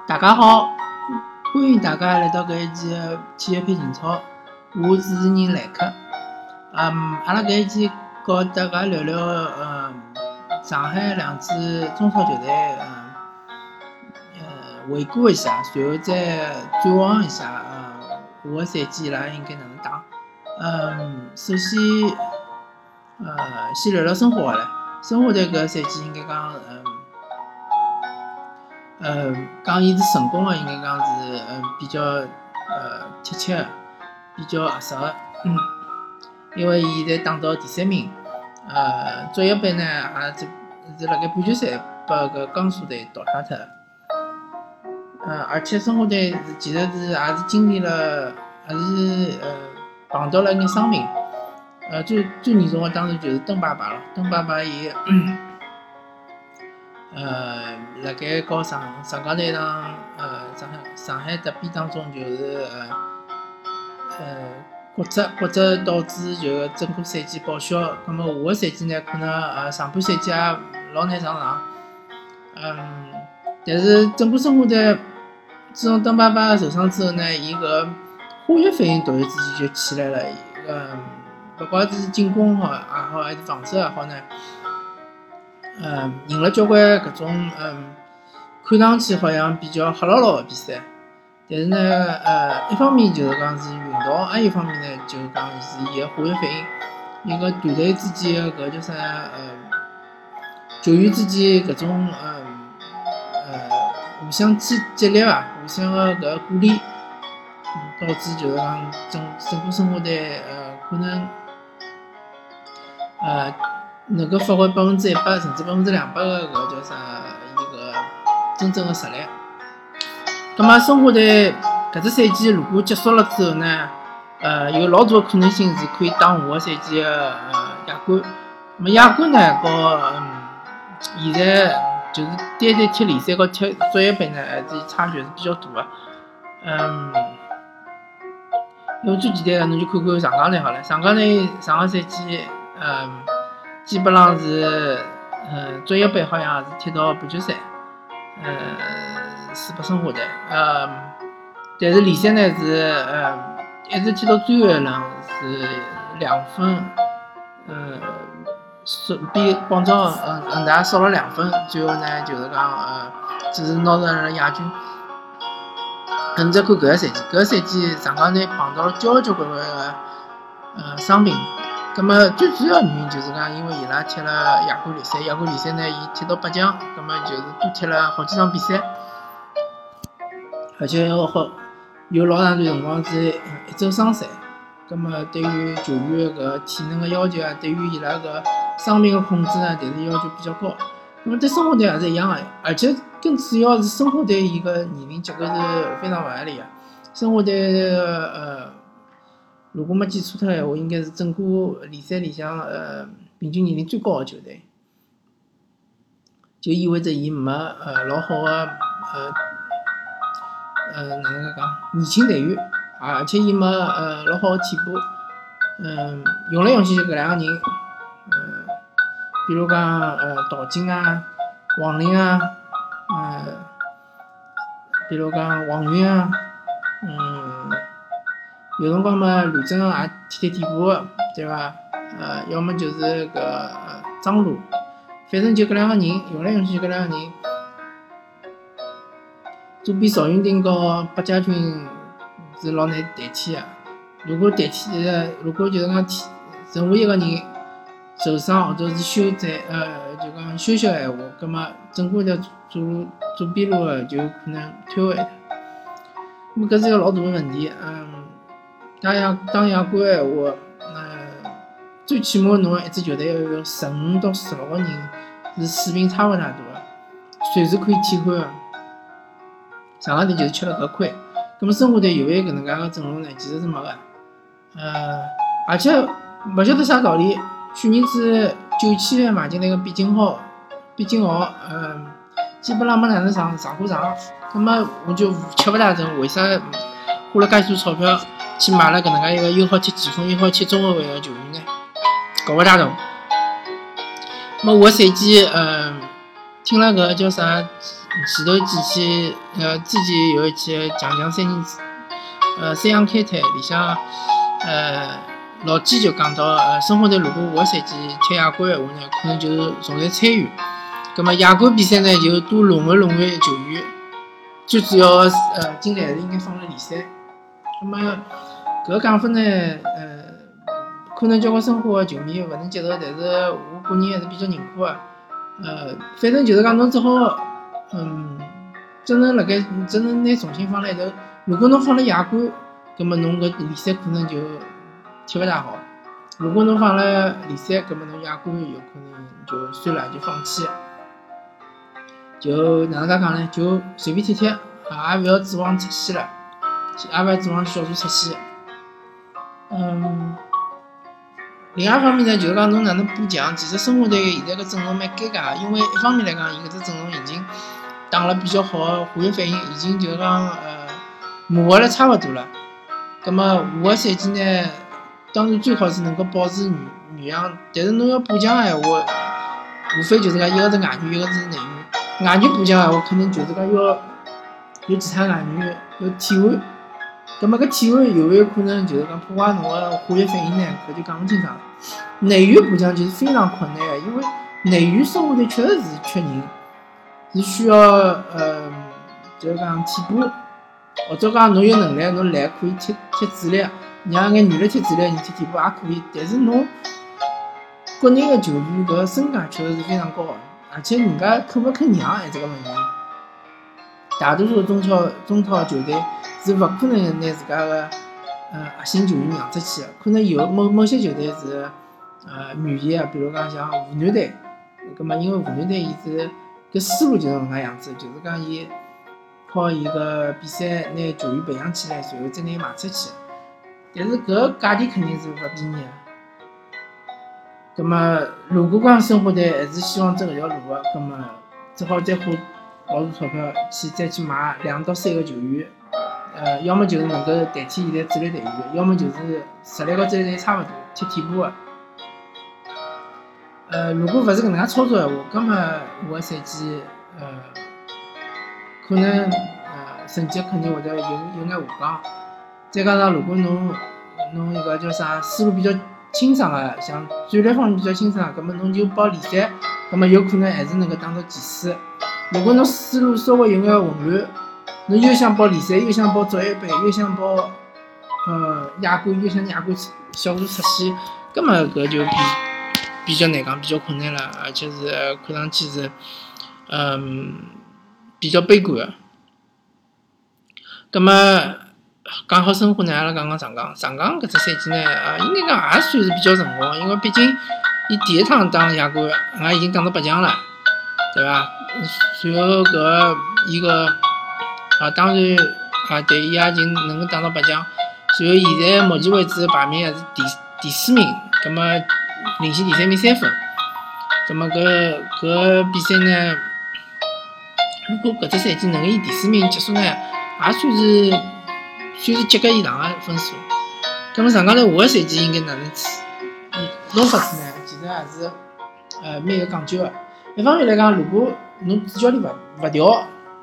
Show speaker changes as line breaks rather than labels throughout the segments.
大家好，欢迎大家来到搿一期的体育篇情操，我主持人莱克。阿拉搿一期和大家聊聊上海两支中超球队回顾一下，随后再展望一下下个赛季伊拉应该哪能打。首先先聊聊申花好了。申花队搿赛季应该讲讲伊是成功的，应该讲是比较贴切的，比较合适的。因为伊现在打到第3名，足协杯呢也是辣盖半决赛把搿江苏队淘汰脱了。而且申花队其实也是经历了，也是碰到了一眼伤病。最严重的当然就是邓巴巴了。邓巴巴伊辣盖和上港队场上海德比当中就是骨折导致就整个赛季报销。那么下个赛季呢，可能上半赛季也老难上场。但是整个申花队自从邓巴巴受伤之后呢，伊搿化学反应突然之间就起来了。不管是进攻好也好，还是防守也好呢，赢了交关搿种看上去好像比较黑牢牢的比赛。但是呢，一方面就是讲是运道，还有一方面呢就是讲是伊个化学反应，伊个团队之间的搿叫啥球员之间搿种互相激励吧，互相的搿鼓励，导致就是讲整个申花队可能能够发挥100%甚至200%的搿叫啥伊个真正的实力。咁么申花队搿只赛季如果结束了之后呢，有老大的可能性是可以打下个赛季的亚冠。咁么亚冠呢，和现在就是单踢联赛和踢足协杯呢，这差距是比较大的。因为最简单的，侬就看看上港队好了。上港队上个赛季基本上是足协杯好像也是踢到半决赛，输给申花队。但是联赛呢是一直踢到最后一轮是2分，比广州恒大少了2分，最后呢就是讲只是拿到了亚军。你再看搿个赛季上港队碰到了交关个伤病。咁么最主要原因就是讲，因为伊拉踢了亚冠联赛呢，伊踢到8强，咁么就是多踢了好几场比赛，而且有老长段辰光是一周双赛。咁么对于球员搿体能的要求啊，对于伊拉搿伤病的控制啊，但是要求比较高。那么对申花队也是一样的，而且更主要是申花队伊个年龄结构是非常勿合理的。申花队如果没记错脱的闲话，应该是整个联赛里向平均年龄最高的球队，就意味着伊没老好的哪能讲年轻队员，而且伊没老好的替补。用来用去就搿2个人，比如讲陶晶啊、王琳啊，比如讲王云啊，有辰光嘛吕正也踢替补的，对伐？要么就是搿张璐，反正就搿2个人，用来用去搿2个人。左边邵云丁和八家军是老难代替的。如果就是讲任何一个人受伤或者是休赛，就讲休息的闲话，葛末整个条左边路就有可能瘫痪。那么搿是一个老大的问题。打亚冠的闲话，最起码侬一支球队要有15到16个人是水平差勿太大的，随时可以替换的。上港队就是吃了搿亏。那么申花队有搿能介个阵容呢，其实是没个。而且勿晓得啥道理，去年子9000万买进来个毕金豪，基本上没哪能上过场。那么我就吃勿大准，为啥花了介许多钞票去买了搿能介一个又好踢前锋又好踢中后卫个球员呢？搞勿大懂。那么下个赛季听了搿叫啥前头几期之前有一期强强三人组，三阳开泰里向老季就讲到，申花队如果下赛季踢亚冠的话呢，可能就是重在参与。葛末亚冠比赛呢，就多轮换球员，最主要的精力还是应该放辣联赛。葛末搿个讲法呢，可能交关申花的球迷勿能接受，但是我个人还是比较认可的。反正就是讲侬只好，只能拿重心放辣一头。如果侬放辣亚冠，葛末侬搿联赛可能就踢勿大好。如果侬放辣联赛，葛末侬亚冠有可能就算了，就放弃。就哪能介讲呢？就随便踢踢，也勿要指望出线了，也勿要指望小组出线。另外一方面呢，就是讲侬哪能补强？其实申花队现在个阵容蛮尴尬，因为一方面来讲，伊搿只阵容已经打了比较好的化学反应，已经就是讲磨合了差勿多了。葛末下个赛季呢，当然最好是能够保持原样，但是侬要补强的闲话，无非就是讲一个是外援，一个是内援。外援补强的闲话，可能就是讲要有其他外援要替换。葛末搿替换有没有可能就是讲破坏侬个化学反应呢？搿就讲勿清爽了。内援补强就是非常困难的，因为内援申花队确实是缺人，是需要就是讲替补，或者讲侬有能力，侬来可以踢主力，让眼原来踢主力人踢替补也可以。但是侬国内个球员搿身价确实是非常高的，而且人家肯勿肯让还是个问题。大多数中超球队是勿可能拿自家个核心球员让出去的，可能有某些球队是愿意的，比如讲像湖南队，葛末因为湖南队伊是搿思路就是搿能介样子，就是讲伊靠伊个比赛拿球员培养起来，随后再拿伊卖出去。但是搿价钿肯定是勿便宜的。葛末如果讲申花队还是希望走搿条路的，葛末只好再花老多钞票再去买2到3个球员。要么就是能够代替现在主力队员，要么就是实力和主力队差勿多，踢替补的。如果勿是搿能介操作的话，葛末下个赛季可能成绩肯定会得有眼下降。再加上如果侬一个叫啥思路比较清爽的，像战略方面比较清爽，葛末侬就报联赛，葛末有可能还是能够打到前四。如果侬思路稍微有眼混乱，侬又想报联赛，又想报足协杯，又想报亚冠，又想亚冠小组出线，根本搿就比较难讲，比较困难了，而且是看上去是比较悲观的。葛末讲好申花呢，阿拉讲讲上港。上港搿只赛季呢，应该讲也算是比较成功，因为毕竟伊第一趟打亚冠，也已经打到8强了，对伐？随后搿伊个当然对，伊也已经能够打到8强。随后现在目前为止排名还是第4名，葛末领先第3名3分。葛末搿比赛呢，如果搿只赛季能够以第4名结束呢，也算是及格以上的分数。葛末上港队下个赛季应该哪能弄法子呢？其实还是蛮有讲究的。一方面来讲，如果侬主教练勿调，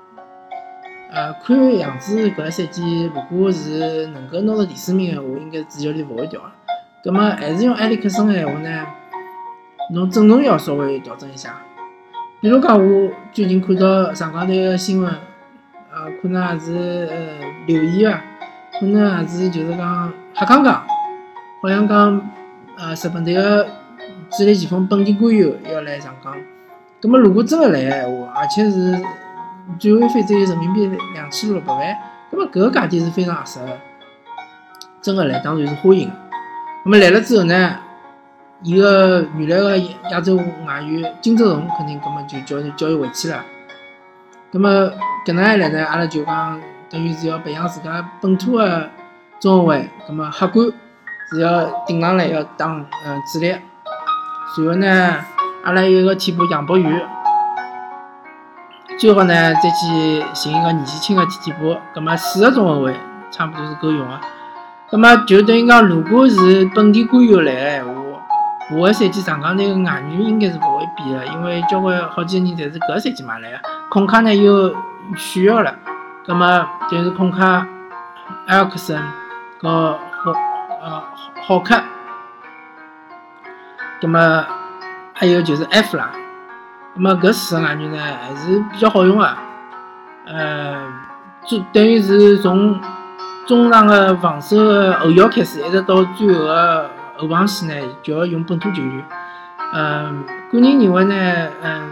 看样子搿个赛季如果是能够拿到第4名的话，应该主教练勿会调了。葛末还是用埃里克森的闲话呢，侬阵容要稍微调整一下。比如讲，我最近看到上港队的新闻，可能也是留意的，可能也是就是讲黑康讲，好像讲日本队的主力前锋本田圭佑要来上港。葛末如果真的来的闲话，而且是转会费只有人民币2600万，葛末搿个价钿是非常合适的。真的来，当然是欢迎的。葛末来了之后呢，伊个原来个亚洲外援金周荣肯定葛末就叫伊回去了。葛末搿能一来呢，阿拉就讲等于是要培养自家本土的中后卫。葛末黑官是要顶上来要当主力。随后呢，阿拉有一个替补杨博宇，最好呢再去寻一个年纪轻的替补。葛末4个中后卫差不多是够用的。葛末就等于讲，如果是本田圭佑来的闲话，下个赛季上港队个外援应该是勿会变的，因为交关好几个人侪是搿个赛季买来的。 孔卡呢又需要了，葛么就是孔卡、埃尔克森和浩克，葛么还有就是埃弗拉，葛么搿4个外援呢还是比较好用的，就等于是从中场的防守的后腰开始，一直到最后的后防线呢，就要用本土球员。个人认为呢，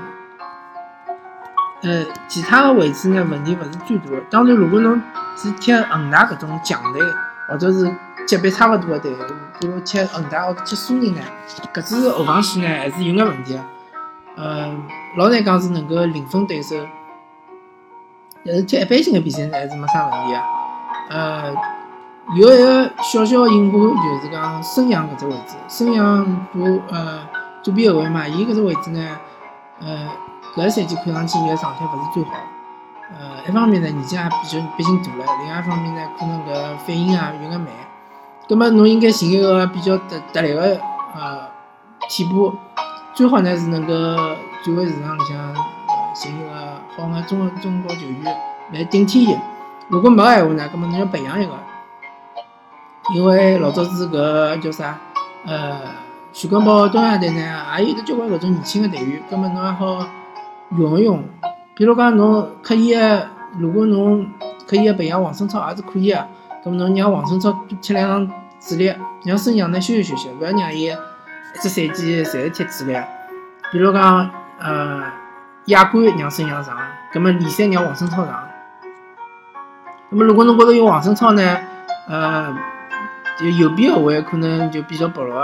其他的位置呢问题勿是最大的。当然，如果侬是踢恒大搿种强队，或者是级别差勿多的队，比如踢恒大或者踢苏宁呢，搿支后防线呢还是有眼问题的。老难讲是能够零封对手，但是踢一般性的比赛呢还是没啥问题的。有一个小小隐患就是讲孙杨搿只位置，孙杨左边后卫嘛，伊搿只位置呢，搿个赛季看上去伊个状态勿是最好。一方面呢年纪也毕竟大了，另外一方面呢可能搿反应啊有眼慢。葛末侬应该寻一个比较得力个替补，最好呢是能够转会市场里向寻一个好个中国球员来顶替伊。如果没个闲话呢，葛末侬要培养一个。因为老早子搿叫啥徐根宝东亚队呢，也有得交关搿种年轻的队员，葛末侬也好用一用。比如讲侬刻意的，如果侬刻意的培养王胜超也是可以的。葛末侬让王胜超踢2场主力，让孙杨呢休息，勿要让伊一只赛季侪是踢主力。比如讲亚冠让孙杨上，葛末联赛让王胜超上。葛末如果侬觉着用王胜超呢，就右边后卫可能就比较薄弱，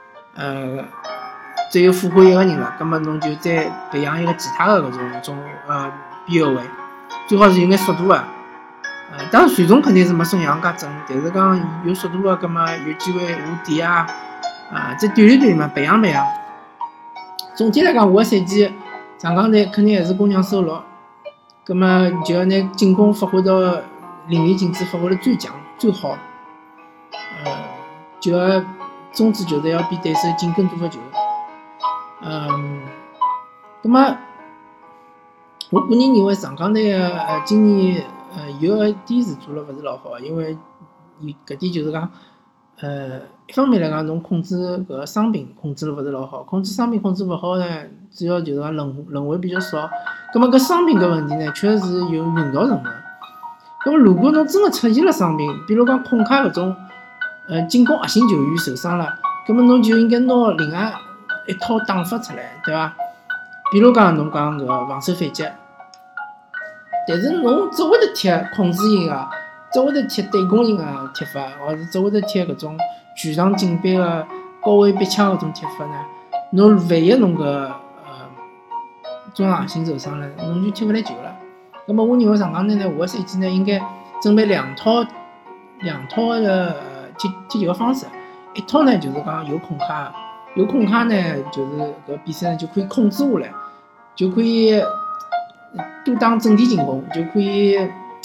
只有复活一个人了，葛末侬就再培养一个其他的搿种边后卫，最好是有眼速度的。当然传中肯定是没孙杨介准，但是讲有速度的，葛末有机会下底啊，再锻炼嘛，培养。总体来讲，下个赛季上港队肯定还是攻强收弱，葛末就要拿进攻发挥到淋漓尽致，发挥得最强最好。就要宗旨就是要比对手进更多的球。葛末我个人认为上港队的今年有一点是做了勿是老好，因为搿点就是讲一方面来讲侬控制搿个伤病控制了勿是老好，控制伤病控制勿好呢，主要就是讲轮回比较少。葛末搿伤病搿问题呢，确实是有运道成分。葛末如果侬真的出现了伤病，比如讲孔卡搿种进攻核心球员受伤了，葛末侬就应该拿另外一套打法出来，对伐？比如讲侬讲搿防守反击，但是侬只会得踢控制型个，只会得踢对攻型个踢法，或者只会得踢搿种全场紧逼个高位逼抢搿种踢法呢？侬万一侬搿中场核心受伤了，侬就踢勿来球了。葛末我认为上港队呢，下个赛季呢应该准备两套的踢球个方式，一套呢就是讲有孔卡呢就是搿比赛呢就可以控制下来，就可以多打阵地进攻，就可以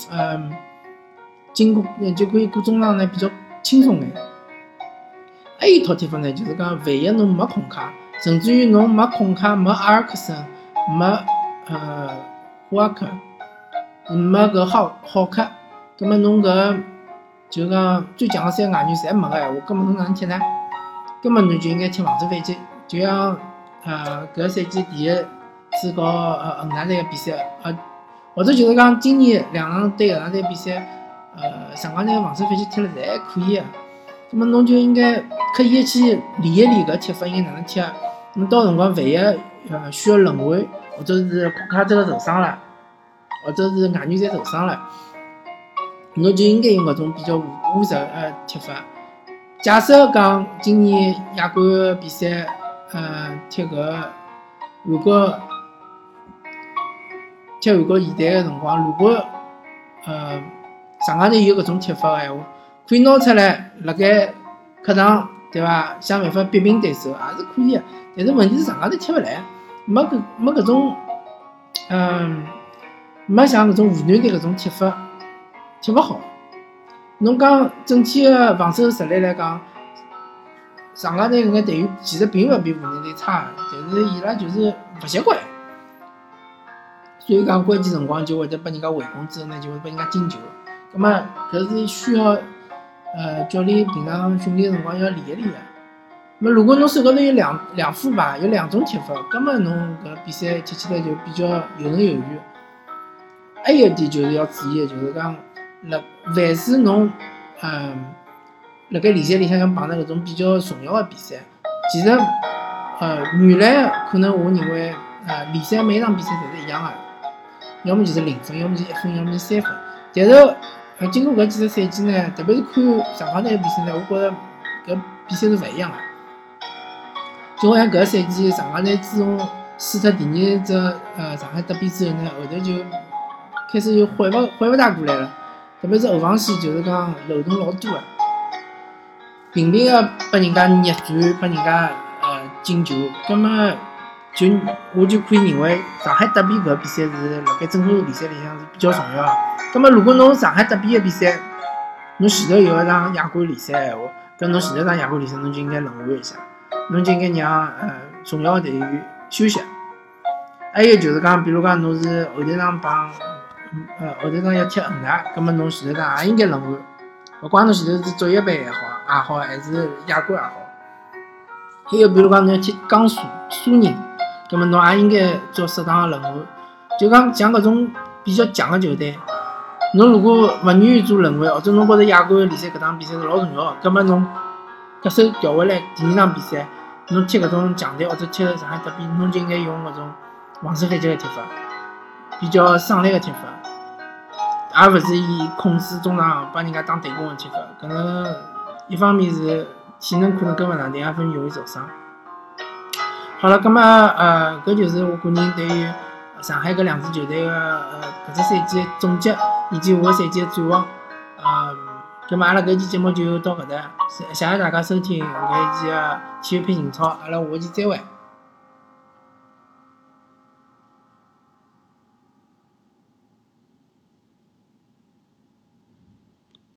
进攻就可以过中场呢比较轻松眼。还有一套踢法呢，就是讲万一侬没孔卡，甚至于侬没孔卡、没阿尔克森、没霍瓦克、没搿浩克，葛末侬搿就讲最强的3个外援侪没个闲话，葛末侬哪能踢呢？根末侬就应该踢防守反击，就像搿个赛季第一次搞恒大队个比赛，或者就是讲今年两场对恒大队比赛，上港队个防守反击踢了侪还可以个。葛末侬就应该刻意去练一练搿踢法应该哪能踢。侬到辰光万一需要轮换，或者是库卡真个受伤了，或者是外援侪受伤了，侬就应该用搿种比较务实踢法。假设讲今年亚冠个比赛，踢韩国现代个辰光，如果上港队有搿种踢法个闲话，可以拿出来辣盖客场，对伐？想办法逼平对手也是可以个。但是问题是上港队踢勿来，没搿种没像搿种湖南队搿种踢法踢勿好。侬讲整体个防守实力来讲，上港队搿眼队员其实并勿比湖南队差，但是伊拉就是勿习惯。 所以讲关键辰光就会得拨人家围攻之后呢，就会拨人家进球。葛末搿是需要教练平常训练辰光要练一练个。那如果侬手高头有两副牌，有两种踢法，葛末侬搿比赛踢起来就比较游刃有余。还有一点就是要注意的，就是讲凡是侬辣盖联赛里向碰到搿种比较重要的比赛，其实原来可能我认为联赛每场比赛侪是一样的，要么就是0分，要么就是1分，要么就是3分。但是经过搿几个赛季呢，特别是看上港队的比赛呢，我觉着搿比赛是勿一样的。就好像搿个赛季上港队自从输脱第二只上海德比之后呢，后头就开始就缓勿大过来了，特别是后防线就是讲漏洞老多的，频频的拨人家逆转，拨人家进球。葛末我就可以认为上海德比搿比赛是辣盖整个联赛里向是比较重要的。葛末如果侬上海德比的比赛，侬前头有一场亚冠联赛的闲话，搿侬前头场亚冠联赛侬就应该轮换一下，侬就应该让重要的队员休息。还有就是讲，比如讲侬是后头场帮后头场要踢恒大，葛末侬前头场也应该轮换，勿管侬前头是足协杯也好，还是亚冠也好。还有比如讲侬要踢江苏、苏宁，葛末侬也应该做适当的轮换。就讲像搿种比较强的球队，侬如果勿愿意做轮换，或者侬觉着亚冠联赛搿场比赛是老重要的，葛末侬搿手调回来第二场比赛，侬踢搿种强队或者踢上海德比，侬就应该用搿种防守反击的踢法，比较省力的踢法，而勿是以控制中场帮人家打对攻的踢法。搿能一方面是体能可能跟勿上，另外一方面容易受伤。好了，葛末搿就是我个人对于上海搿两支球队的搿只赛季的总结，以及下个赛季的展望。葛末阿拉搿期节目就到搿搭，谢谢大家收听搿一期的体育配情操，阿拉下期再会。